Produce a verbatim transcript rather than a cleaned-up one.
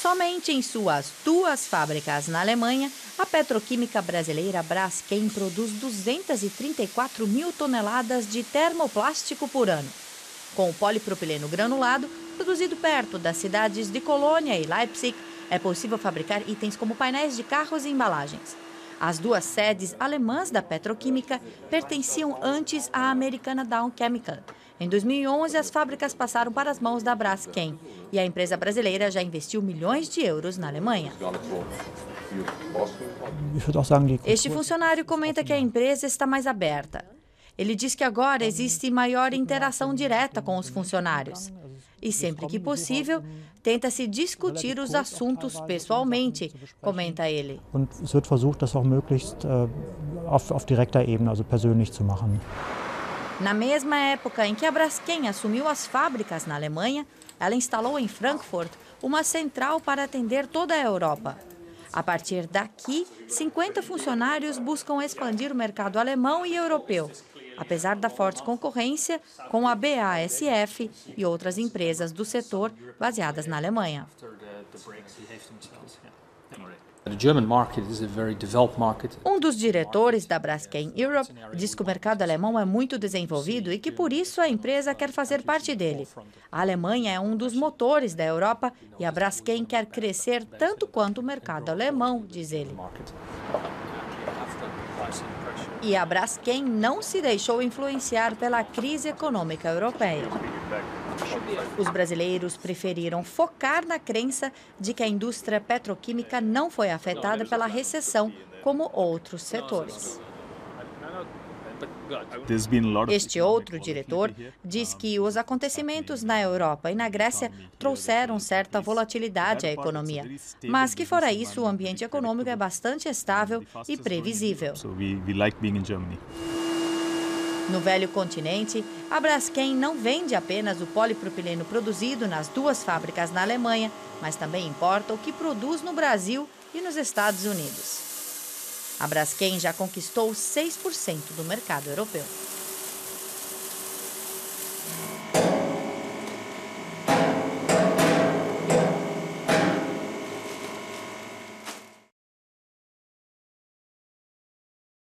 Somente em suas duas fábricas na Alemanha, a petroquímica brasileira Braskem produz duzentas e trinta e quatro mil toneladas de termoplástico por ano. Com o polipropileno granulado, produzido perto das cidades de Colônia e Leipzig, é possível fabricar itens como painéis de carros e embalagens. As duas sedes alemãs da petroquímica pertenciam antes à americana Dow Chemical. Em dois mil e onze, as fábricas passaram para as mãos da Braskem e a empresa brasileira já investiu milhões de euros na Alemanha. Este funcionário comenta que a empresa está mais aberta. Ele diz que agora existe maior interação direta com os funcionários. E sempre que possível, tenta-se discutir os assuntos pessoalmente, comenta ele. Es wird versucht, das auch möglichst auf, auf direkter Ebene, also persönlich zu machen. Na mesma época em que a Braskem assumiu as fábricas na Alemanha, ela instalou em Frankfurt uma central para atender toda a Europa. A partir daqui, cinquenta funcionários buscam expandir o mercado alemão e europeu, apesar da forte concorrência com a B A S F e outras empresas do setor baseadas na Alemanha. Um dos diretores da Braskem Europe diz que o mercado alemão é muito desenvolvido e que por isso a empresa quer fazer parte dele. A Alemanha é um dos motores da Europa e a Braskem quer crescer tanto quanto o mercado alemão, diz ele. E a Braskem não se deixou influenciar pela crise econômica europeia. Os brasileiros preferiram focar na crença de que a indústria petroquímica não foi afetada pela recessão, como outros setores. Este outro diretor diz que os acontecimentos na Europa e na Grécia trouxeram certa volatilidade à economia, mas que fora isso o ambiente econômico é bastante estável e previsível. No velho continente, a Braskem não vende apenas o polipropileno produzido nas duas fábricas na Alemanha, mas também importa o que produz no Brasil e nos Estados Unidos. A Braskem já conquistou seis por cento do mercado europeu.